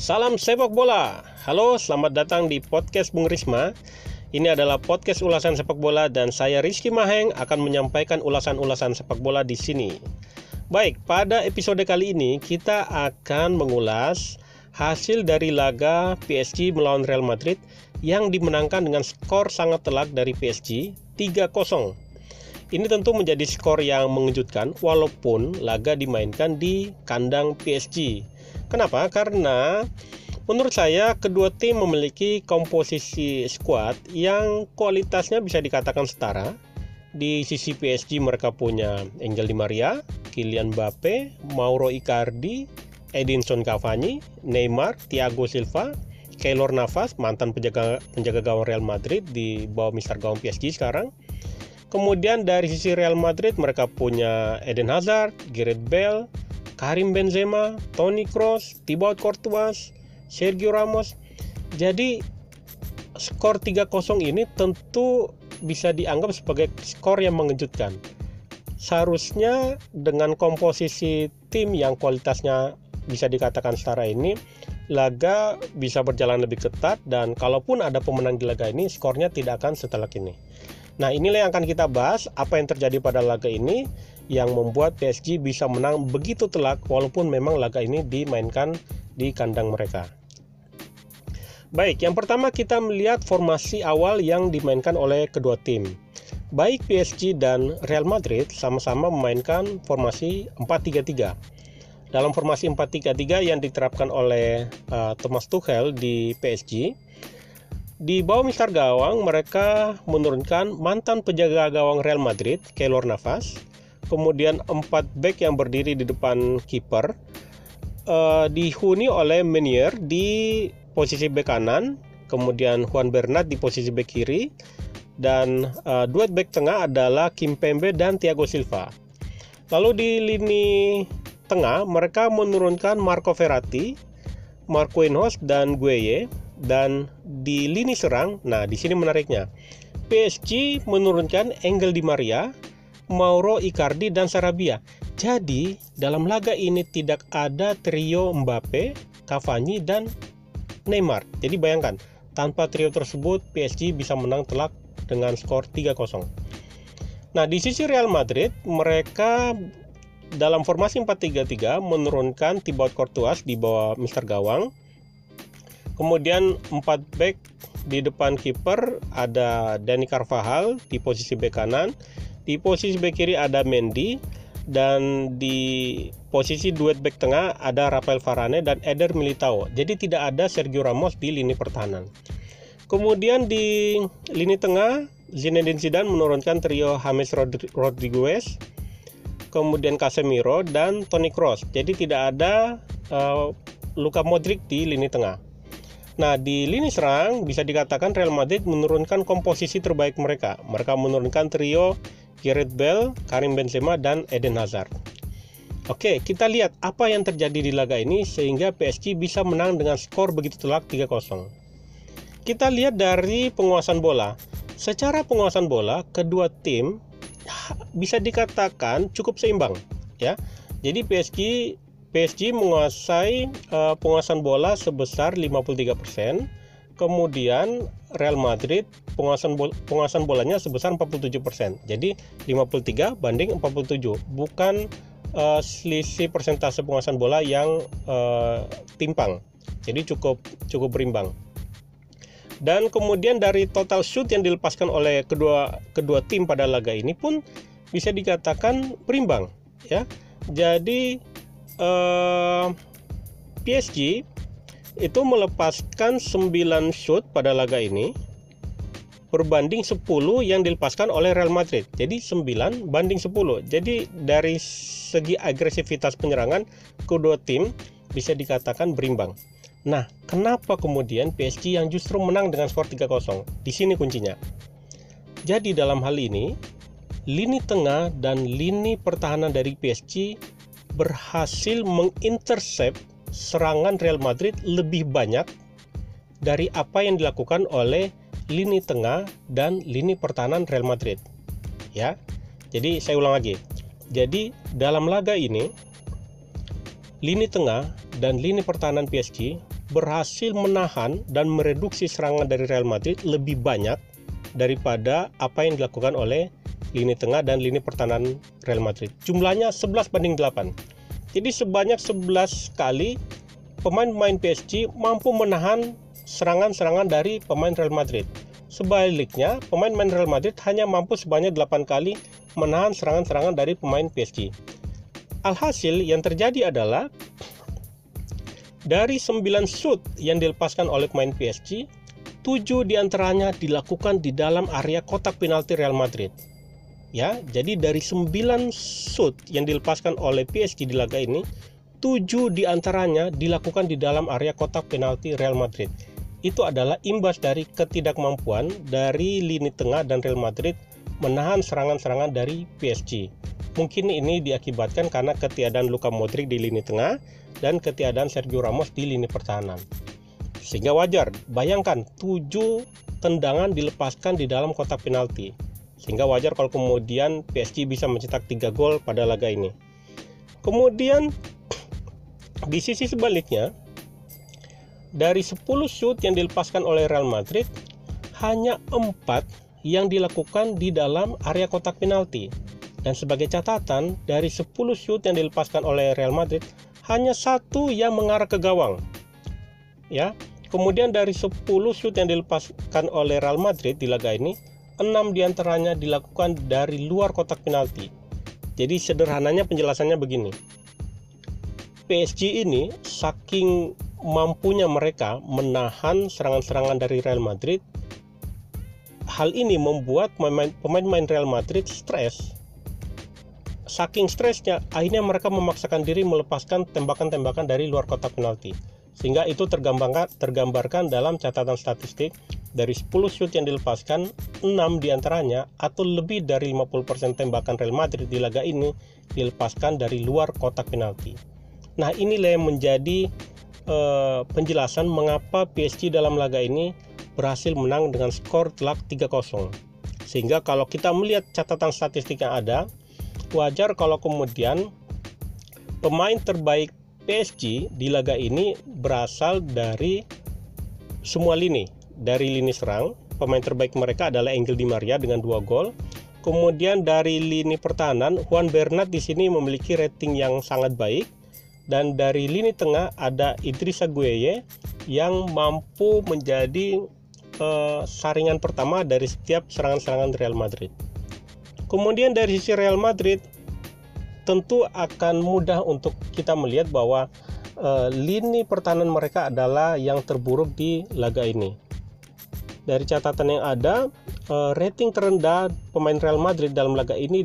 Salam sepak bola. Halo, selamat datang di podcast Bung Risma. Ini adalah podcast ulasan sepak bola dan saya Rizky Maheng akan menyampaikan ulasan-ulasan sepak bola di sini. Baik, pada episode kali ini kita akan mengulas hasil dari laga PSG melawan Real Madrid yang dimenangkan dengan skor sangat telak dari PSG 3-0. Ini tentu menjadi skor yang mengejutkan walaupun laga dimainkan di kandang PSG. Kenapa? Karena menurut saya kedua tim memiliki komposisi skuad yang kualitasnya bisa dikatakan setara. Di sisi PSG mereka punya Angel Di Maria, Kylian Mbappe, Mauro Icardi, Edinson Cavani, Neymar, Thiago Silva, Keylor Navas, mantan penjaga gawang Real Madrid di bawah mister gawang PSG sekarang. Kemudian dari sisi Real Madrid mereka punya Eden Hazard, Gareth Bale, Karim Benzema, Toni Kroos, Thibaut Courtois, Sergio Ramos. Jadi skor 3-0 ini tentu bisa dianggap sebagai skor yang mengejutkan. Seharusnya dengan komposisi tim yang kualitasnya bisa dikatakan setara ini, laga bisa berjalan lebih ketat dan kalaupun ada pemenang di laga ini, skornya tidak akan setelak ini. Nah, inilah yang akan kita bahas apa yang terjadi pada laga ini yang membuat PSG bisa menang begitu telak walaupun memang laga ini dimainkan di kandang mereka. Baik, yang pertama kita melihat formasi awal yang dimainkan oleh kedua tim. Baik PSG dan Real Madrid sama-sama memainkan formasi 4-3-3. Dalam formasi 4-3-3 yang diterapkan oleh Thomas Tuchel di PSG, di bawah mister gawang mereka menurunkan mantan penjaga gawang Real Madrid, Keylor Navas, kemudian 4 bek yang berdiri di depan kiper, dihuni oleh Meunier di posisi bek kanan, kemudian Juan Bernat di posisi bek kiri, dan duet bek tengah adalah Kimpembe dan Thiago Silva. Lalu di lini tengah mereka menurunkan Marco Verratti, Marquinhos dan Gueye. Dan di lini serang, nah di sini menariknya, PSG menurunkan Angel Di Maria, Mauro Icardi dan Sarabia. Jadi dalam laga ini tidak ada trio Mbappe, Cavani dan Neymar. Jadi bayangkan, tanpa trio tersebut PSG bisa menang telak dengan skor 3-0. Nah, di sisi Real Madrid, mereka dalam formasi 4-3-3 menurunkan Thibaut Courtois di bawah mister gawang. Kemudian 4 bek di depan kiper ada Dani Carvajal di posisi bek kanan, di posisi bek kiri ada Mendy, dan di posisi duet bek tengah ada Rafael Varane dan Eder Militao. Jadi tidak ada Sergio Ramos di lini pertahanan. Kemudian di lini tengah Zinedine Zidane menurunkan trio James Rodriguez, kemudian Casemiro dan Toni Kroos. Jadi tidak ada Luka Modric di lini tengah. Nah, di lini serang bisa dikatakan Real Madrid menurunkan komposisi terbaik mereka. Mereka menurunkan trio Gareth Bale, Karim Benzema, dan Eden Hazard. Oke, kita lihat apa yang terjadi di laga ini sehingga PSG bisa menang dengan skor begitu telak 3-0. Kita lihat dari penguasaan bola. Secara penguasaan bola, kedua tim bisa dikatakan cukup seimbang, ya. Jadi PSG menguasai penguasaan bola sebesar 53%, kemudian Real Madrid penguasaan bolanya sebesar 47%. Jadi 53 banding 47, bukan selisih persentase penguasaan bola yang timpang. Jadi cukup berimbang. Dan kemudian dari total shoot yang dilepaskan oleh kedua tim pada laga ini pun bisa dikatakan berimbang, ya. Jadi PSG itu melepaskan 9 shoot pada laga ini berbanding 10 yang dilepaskan oleh Real Madrid. Jadi 9 banding 10. Jadi dari segi agresivitas penyerangan kedua tim bisa dikatakan berimbang. Nah, kenapa kemudian PSG yang justru menang dengan skor 3-0? Di sini kuncinya. Jadi dalam hal ini lini tengah dan lini pertahanan dari PSG berhasil mengintercept serangan Real Madrid lebih banyak dari apa yang dilakukan oleh lini tengah dan lini pertahanan Real Madrid. Ya. Jadi saya ulang lagi. Jadi dalam laga ini lini tengah dan lini pertahanan PSG berhasil menahan dan mereduksi serangan dari Real Madrid lebih banyak daripada apa yang dilakukan oleh lini tengah dan lini pertahanan Real Madrid. Jumlahnya 11-8. Jadi sebanyak 11 kali pemain-pemain PSG mampu menahan serangan-serangan dari pemain Real Madrid. Sebaliknya, pemain-pemain Real Madrid hanya mampu sebanyak 8 kali menahan serangan-serangan dari pemain PSG. Alhasil yang terjadi adalah dari 9 shoot yang dilepaskan oleh pemain PSG, 7 diantaranya dilakukan di dalam area kotak penalti Real Madrid. Ya, jadi dari 9 shoot yang dilepaskan oleh PSG di laga ini, 7 diantaranya dilakukan di dalam area kotak penalti Real Madrid. Itu adalah imbas dari ketidakmampuan dari lini tengah dan Real Madrid menahan serangan-serangan dari PSG. Mungkin ini diakibatkan karena ketiadaan Luka Modric di lini tengah dan ketiadaan Sergio Ramos di lini pertahanan. Sehingga wajar, bayangkan 7 tendangan dilepaskan di dalam kotak penalti. Sehingga wajar kalau kemudian PSG bisa mencetak 3 gol pada laga ini. Kemudian di sisi sebaliknya, dari 10 shoot yang dilepaskan oleh Real Madrid, hanya 4 yang dilakukan di dalam area kotak penalti. Dan sebagai catatan, dari 10 shoot yang dilepaskan oleh Real Madrid, hanya 1 yang mengarah ke gawang. Ya. Kemudian dari 10 shoot yang dilepaskan oleh Real Madrid di laga ini, 6 diantaranya dilakukan dari luar kotak penalti. Jadi sederhananya penjelasannya begini. PSG ini saking mampunya mereka menahan serangan-serangan dari Real Madrid, hal ini membuat pemain-pemain Real Madrid stres. Saking stresnya, akhirnya mereka memaksakan diri melepaskan tembakan-tembakan dari luar kotak penalti. Sehingga itu tergambarkan dalam catatan statistik. Dari 10 shoot yang dilepaskan, 6 diantaranya atau lebih dari 50% tembakan Real Madrid di laga ini dilepaskan dari luar kotak penalti. Nah, inilah yang menjadi penjelasan mengapa PSG dalam laga ini berhasil menang dengan skor telak 3-0. Sehingga kalau kita melihat catatan statistik yang ada, wajar kalau kemudian pemain terbaik PSG di laga ini berasal dari semua lini. Dari lini serang, pemain terbaik mereka adalah Angel Di Maria dengan 2 gol. Kemudian dari lini pertahanan, Juan Bernat di sini memiliki rating yang sangat baik. Dan dari lini tengah ada Idrissa Gueye yang mampu menjadi saringan pertama dari setiap serangan-serangan Real Madrid. Kemudian dari sisi Real Madrid, tentu akan mudah untuk kita melihat bahwa lini pertahanan mereka adalah yang terburuk di laga ini. Dari catatan yang ada, rating terendah pemain Real Madrid dalam laga ini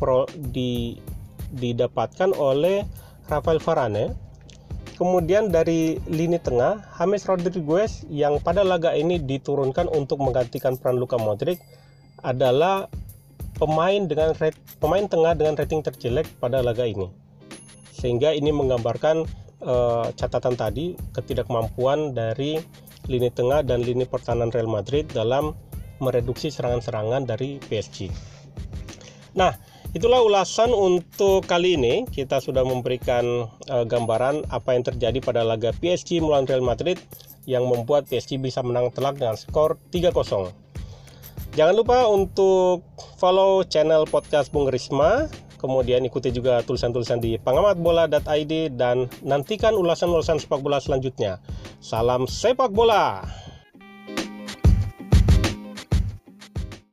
didapatkan oleh Rafael Varane. Kemudian dari lini tengah, James Rodriguez yang pada laga ini diturunkan untuk menggantikan peran Luka Modric adalah pemain tengah dengan rating terjelek pada laga ini. Sehingga ini menggambarkan catatan tadi, ketidakmampuan dari lini tengah dan lini pertahanan Real Madrid dalam mereduksi serangan-serangan dari PSG. Nah, itulah ulasan untuk kali ini. Kita sudah memberikan gambaran apa yang terjadi pada laga PSG melawan Real Madrid yang membuat PSG bisa menang telak dengan skor 3-0. Jangan lupa untuk follow channel podcast Bung Risma, kemudian ikuti juga tulisan-tulisan di pengamatbola.id dan nantikan ulasan-ulasan sepak bola selanjutnya. Salam sepak bola!